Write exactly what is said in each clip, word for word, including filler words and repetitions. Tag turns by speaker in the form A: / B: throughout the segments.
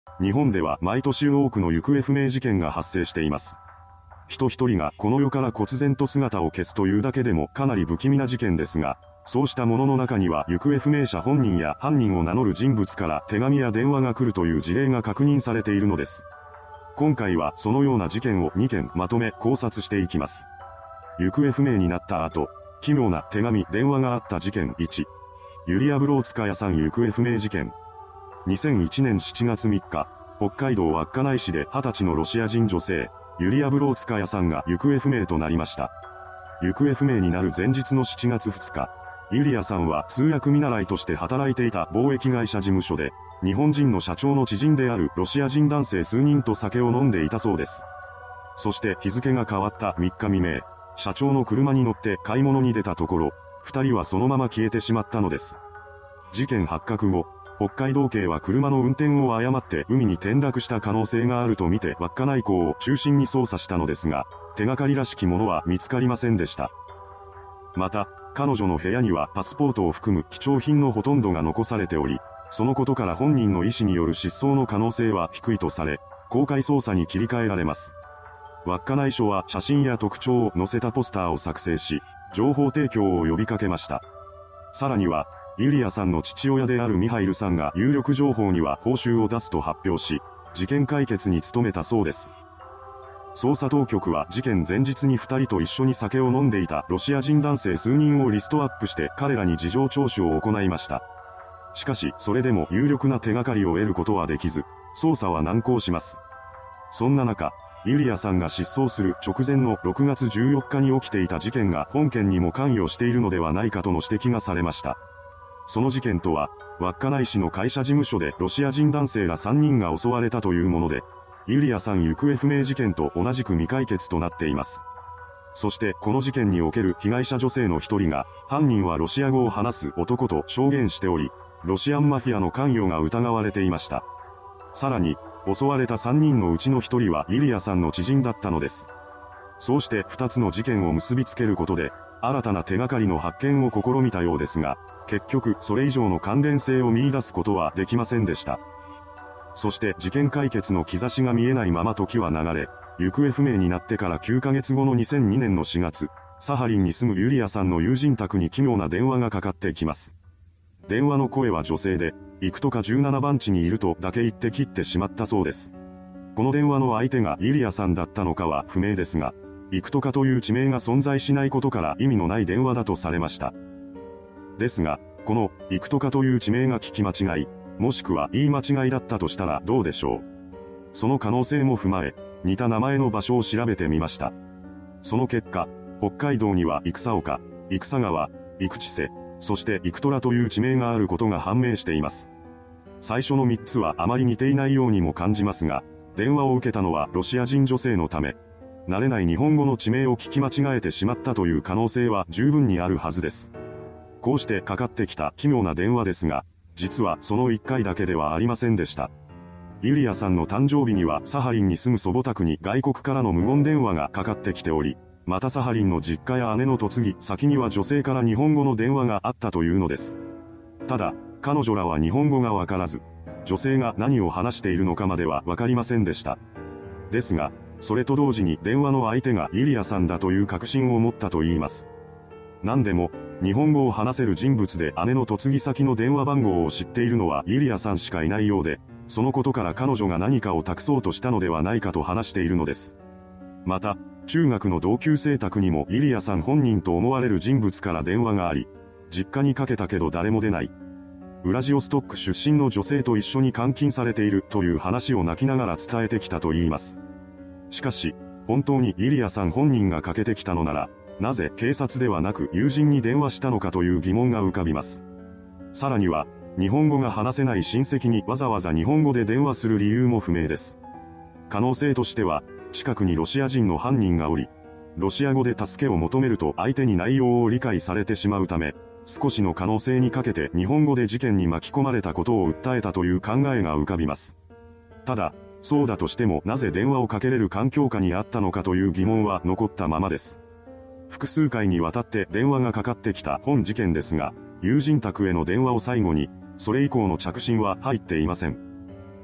A: 日本では毎年多くの行方不明事件が発生しています。人一人がこの世から忽然と姿を消すというだけでもかなり不気味な事件ですが、そうしたものの中には行方不明者本人や犯人を名乗る人物から手紙や電話が来るという事例が確認されているのです。今回はそのような事件をにけんまとめ考察していきます。行方不明になった後、奇妙な手紙・電話があった事件いち。ユリア・ブローツカヤさん行方不明事件。にせんいちねんしちがつみっか、北海道稚内市ではたちのロシア人女性、ユリア・ブローツカヤさんが行方不明となりました。行方不明になる前日のしちがつふつか、ユリアさんは通訳見習いとして働いていた貿易会社事務所で、日本人の社長の知人であるロシア人男性数人と酒を飲んでいたそうです。そして日付が変わったみっか未明、社長の車に乗って買い物に出たところ、二人はそのまま消えてしまったのです。事件発覚後、北海道警は車の運転を誤って海に転落した可能性があるとみて稚内港を中心に捜査したのですが、手がかりらしきものは見つかりませんでした。また、彼女の部屋にはパスポートを含む貴重品のほとんどが残されており、そのことから本人の意思による失踪の可能性は低いとされ、公開捜査に切り替えられます。稚内署は写真や特徴を載せたポスターを作成し、情報提供を呼びかけました。さらには、ユリアさんの父親であるミハイルさんが有力情報には報酬を出すと発表し、事件解決に努めたそうです。捜査当局は事件前日に二人と一緒に酒を飲んでいたロシア人男性数人をリストアップして彼らに事情聴取を行いました。しかし、それでも有力な手がかりを得ることはできず、捜査は難航します。そんな中、ユリアさんが失踪する直前のろくがつじゅうよっかに起きていた事件が本件にも関与しているのではないかとの指摘がされました。その事件とは、稚内市の会社事務所でロシア人男性らさんにんが襲われたというもので、ユリアさん行方不明事件と同じく未解決となっています。そしてこの事件における被害者女性の一人が、犯人はロシア語を話す男と証言しており、ロシアンマフィアの関与が疑われていました。さらに、襲われたさんにんのうちの一人はユリアさんの知人だったのです。そうしてふたつの事件を結びつけることで、新たな手がかりの発見を試みたようですが、結局それ以上の関連性を見出すことはできませんでした。そして事件解決の兆しが見えないまま時は流れ、行方不明になってからきゅうかげつごのにせんにねんのしがつ、サハリンに住むユリアさんの友人宅に奇妙な電話がかかってきます。電話の声は女性で、行くとかじゅうななばん地にいるとだけ言って切ってしまったそうです。この電話の相手がユリアさんだったのかは不明ですが、行くとかという地名が存在しないことから意味のない電話だとされました。ですが、この行くとかという地名が聞き間違い、もしくは言い間違いだったとしたらどうでしょう。その可能性も踏まえ、似た名前の場所を調べてみました。その結果、北海道には生草岡、生草川、生千世、そして生虎という地名があることが判明しています。最初のみっつはあまり似ていないようにも感じますが、電話を受けたのはロシア人女性のため、慣れない日本語の地名を聞き間違えてしまったという可能性は十分にあるはずです。こうしてかかってきた奇妙な電話ですが、実はそのいっかいだけではありませんでした。ユリアさんの誕生日にはサハリンに住む祖母宅に外国からの無言電話がかかってきており、またサハリンの実家や姉の嫁ぎ先には女性から日本語の電話があったというのです。ただ、彼女らは日本語がわからず、女性が何を話しているのかまではわかりませんでした。ですが、それと同時に電話の相手がユリアさんだという確信を持ったと言います。何でも、日本語を話せる人物で姉の嫁ぎ先の電話番号を知っているのはユリアさんしかいないようで、そのことから彼女が何かを託そうとしたのではないかと話しているのです。また、中学の同級生宅にもユリアさん本人と思われる人物から電話があり、実家にかけたけど誰も出ない。ウラジオストック出身の女性と一緒に監禁されているという話を泣きながら伝えてきたと言います。しかし、本当にユリアさん本人がかけてきたのなら、なぜ警察ではなく友人に電話したのかという疑問が浮かびます。さらには、日本語が話せない親戚にわざわざ日本語で電話する理由も不明です。可能性としては、近くにロシア人の犯人がおり、ロシア語で助けを求めると相手に内容を理解されてしまうため、少しの可能性にかけて日本語で事件に巻き込まれたことを訴えたという考えが浮かびます。ただ、そうだとしてもなぜ電話をかけれる環境下にあったのかという疑問は残ったままです。複数回にわたって電話がかかってきた本事件ですが、友人宅への電話を最後に、それ以降の着信は入っていません。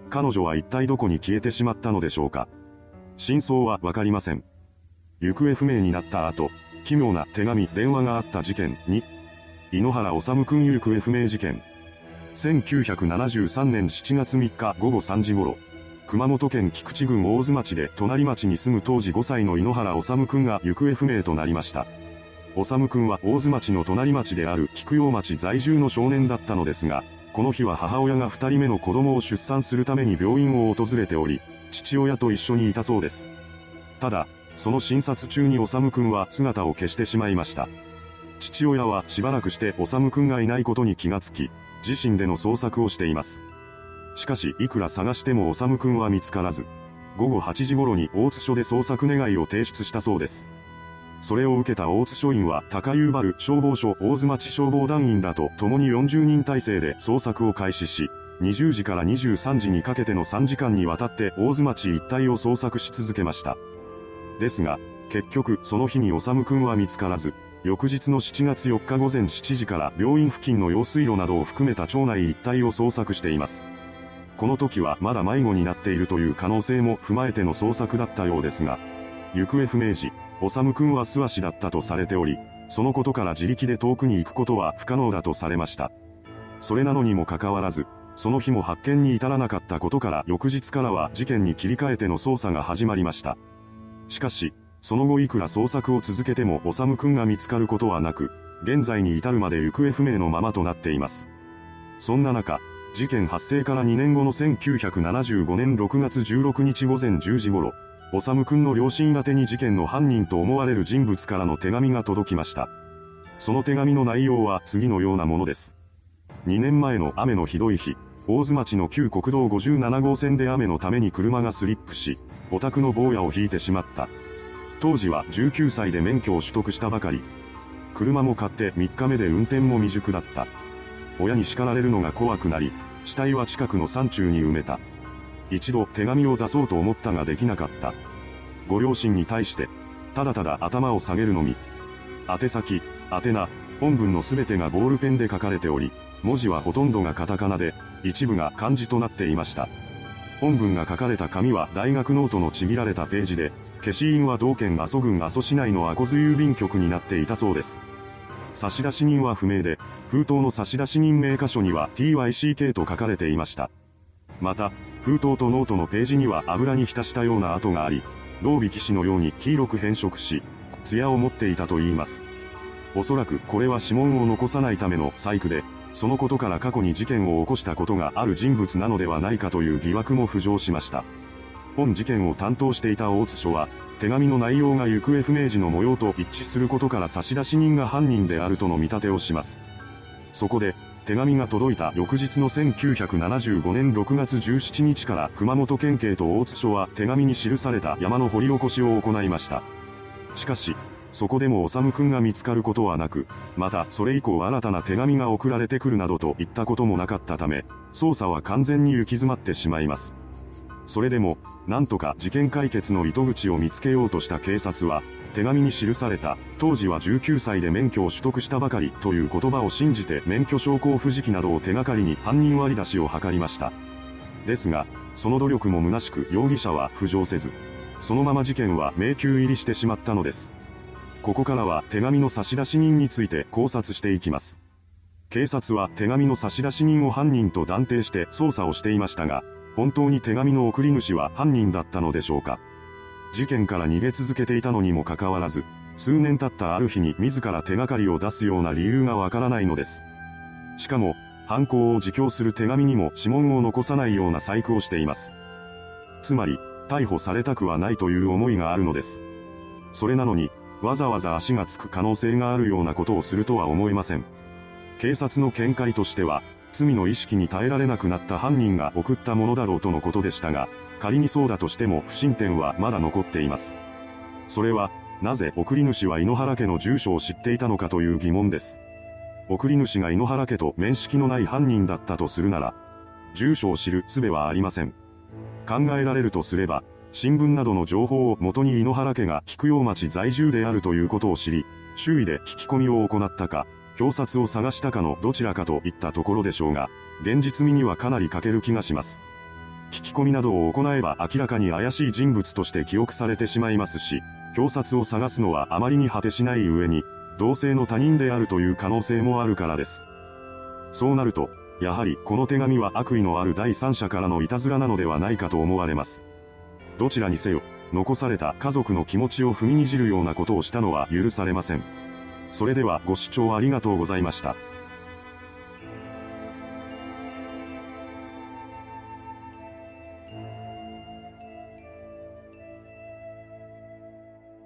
A: 彼女は一体どこに消えてしまったのでしょうか。真相はわかりません。行方不明になった後、奇妙な手紙、電話があった事件に、井ノ原修くん行方不明事件。せんきゅうひゃくななじゅうさんねんしちがつみっかごごさんじ頃、熊本県菊池郡大津町で隣町に住む当時ごさいの井ノ原修くんが行方不明となりました。修くんは大津町の隣町である菊陽町在住の少年だったのですが、この日は母親がふたりめの子供を出産するために病院を訪れており、父親と一緒にいたそうです。ただ、その診察中に修くんは姿を消してしまいました。父親はしばらくして修くんがいないことに気がつき、自身での捜索をしています。しかし、いくら探しても修くんは見つからず、ごごはちじ頃に大津署で捜索願いを提出したそうです。それを受けた大津署員は高遊原消防署大津町消防団員らと共によんじゅうにん体制で捜索を開始し、にじゅうじからにじゅうさんじにかけてのさんじかんにわたって大津町一帯を捜索し続けました。ですが、結局その日に修くんは見つからず、翌日のしちがつよっかごぜんしちじから病院付近の用水路などを含めた町内一帯を捜索しています。この時はまだ迷子になっているという可能性も踏まえての捜索だったようですが、行方不明時、修くんは素足だったとされており、そのことから自力で遠くに行くことは不可能だとされました。それなのにもかかわらず、その日も発見に至らなかったことから翌日からは事件に切り替えての捜査が始まりました。しかし、その後いくら捜索を続けても修くんが見つかることはなく、現在に至るまで行方不明のままとなっています。そんな中、事件発生からにねんごのせんきゅうひゃくななじゅうごねんろくがつじゅうろくにちごぜんじゅうじ頃、修くんの両親宛てに事件の犯人と思われる人物からの手紙が届きました。その手紙の内容は次のようなものです。にねんまえの雨のひどい日、大津町の旧国道ごじゅうななごうせんで雨のために車がスリップし、お宅の坊やをひいてしまった。当時はじゅうきゅうさいで免許を取得したばかり。車も買ってみっかめで運転も未熟だった。親に叱られるのが怖くなり、死体は近くの山中に埋めた。一度手紙を出そうと思ったができなかった。ご両親に対して、ただただ頭を下げるのみ。宛先、宛名、本文のすべてがボールペンで書かれており、文字はほとんどがカタカナで、一部が漢字となっていました。本文が書かれた紙は大学ノートのちぎられたページで、消印は同県阿蘇郡阿蘇市内の阿古津郵便局になっていたそうです。差出人は不明で、封筒の差出人名箇所には ティーワイシーケー と書かれていました。また、封筒とノートのページには油に浸したような跡があり、老引き紙のように黄色く変色し、艶を持っていたといいます。おそらくこれは指紋を残さないための細工で、そのことから過去に事件を起こしたことがある人物なのではないかという疑惑も浮上しました。本事件を担当していた大津署は、手紙の内容が行方不明時の模様と一致することから差出人が犯人であるとの見立てをします。そこで、手紙が届いた翌日のせんきゅうひゃくななじゅうごねんろくがつじゅうしちにちから熊本県警と大津署は手紙に記された山の掘り起こしを行いました。しかし、そこでも修くんが見つかることはなく、またそれ以降新たな手紙が送られてくるなどといったこともなかったため、捜査は完全に行き詰まってしまいます。それでも、なんとか事件解決の糸口を見つけようとした警察は、手紙に記された、当時はじゅうきゅうさいで免許を取得したばかりという言葉を信じて免許証交付時期などを手がかりに犯人割り出しを図りました。ですが、その努力も虚しく容疑者は浮上せず、そのまま事件は迷宮入りしてしまったのです。ここからは手紙の差出人について考察していきます。警察は手紙の差出人を犯人と断定して捜査をしていましたが、本当に手紙の送り主は犯人だったのでしょうか。事件から逃げ続けていたのにもかかわらず、数年経ったある日に自ら手がかりを出すような理由がわからないのです。しかも、犯行を自供する手紙にも指紋を残さないような細工をしています。つまり、逮捕されたくはないという思いがあるのです。それなのに、わざわざ足がつく可能性があるようなことをするとは思えません。警察の見解としては、罪の意識に耐えられなくなった犯人が送ったものだろうとのことでしたが、仮にそうだとしても不審点はまだ残っています。それは、なぜ送り主は井ノ原家の住所を知っていたのかという疑問です。送り主が井ノ原家と面識のない犯人だったとするなら、住所を知る術はありません。考えられるとすれば、新聞などの情報をもとに井ノ原家が菊陽町在住であるということを知り、周囲で聞き込みを行ったか、表札を探したかのどちらかといったところでしょうが、現実味にはかなり欠ける気がします。 聞き込みなどを行えば明らかに怪しい人物として記憶されてしまいますし、表札を探すのはあまりに果てしない上に、同性の他人であるという可能性もあるからです。そうなると、やはりこの手紙は悪意のある第三者からのいたずらなのではないかと思われます。どちらにせよ、残された家族の気持ちを踏みにじるようなことをしたのは許されません。それではご視聴ありがとうございました。